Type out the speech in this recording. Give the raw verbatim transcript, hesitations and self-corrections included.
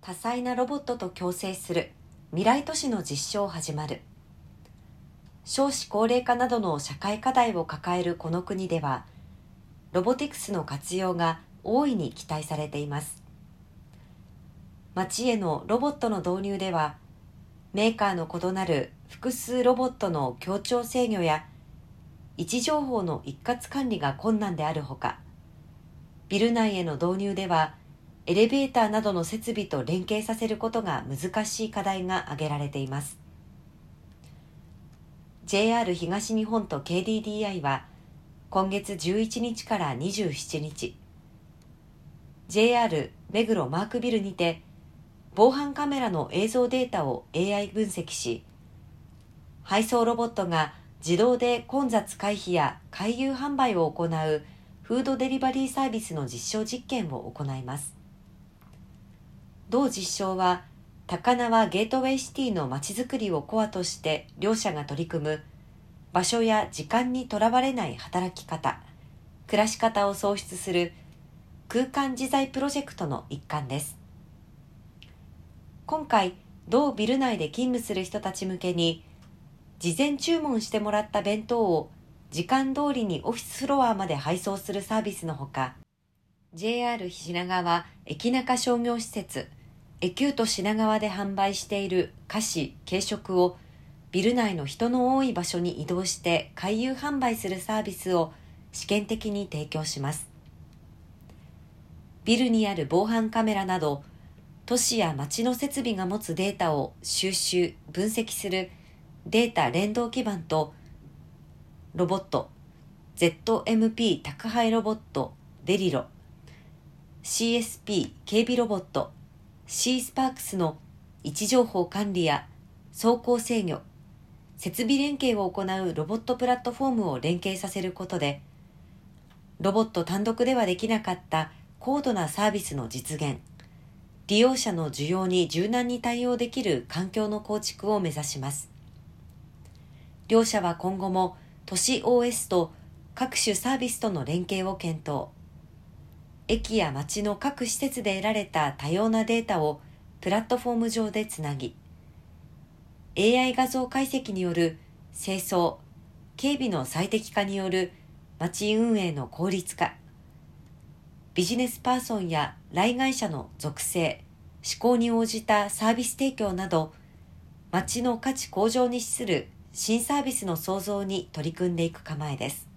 多彩なロボットと共生する未来都市の実証始まる。少子高齢化などの社会課題を抱えるこの国では、ロボティクスの活用が大いに期待されています。街へのロボットの導入では、メーカーの異なる複数ロボットの協調制御や位置情報の一括管理が困難であるほか、ビル内への導入では、エレベーターなどの設備と連携させることが難しい課題が挙げられています。ジェイアール 東日本と ケーディーディーアイ は今月じゅういちにちからにじゅうしちにち、ジェイアール 目黒マークビルにて防犯カメラの映像データを エーアイ 分析し、配送ロボットが自動で混雑回避や回遊販売を行うフードデリバリーサービスの実証実験を行います。同実証は高輪ゲートウェイシティのまちづくりをコアとして両社が取り組む場所や時間にとらわれない働き方、暮らし方を創出する空間自在プロジェクトの一環です。今回、同ビル内で勤務する人たち向けに事前注文してもらった弁当を時間通りにオフィスフロアまで配送するサービスのほか、ジェイアール 品川駅中商業施設エキュート品川で販売している菓子・軽食をビル内の人の多い場所に移動して回遊販売するサービスを試験的に提供します。ビルにある防犯カメラなど都市や街の設備が持つデータを収集・分析するデータ連動基盤とロボット ゼットエムピー 宅配ロボットデリロ、 シーエスピー 警備ロボットシースパークスの位置情報管理や走行制御、設備連携を行うロボットプラットフォームを連携させることで、ロボット単独ではできなかった高度なサービスの実現、利用者の需要に柔軟に対応できる環境の構築を目指します。両社は今後も都市 オーエス と各種サービスとの連携を検討。駅や街の各施設で得られた多様なデータをプラットフォーム上でつなぎ、エーアイ 画像解析による清掃・警備の最適化による街運営の効率化、ビジネスパーソンや来街者の属性・思考に応じたサービス提供など、街の価値向上に資する新サービスの創造に取り組んでいく構えです。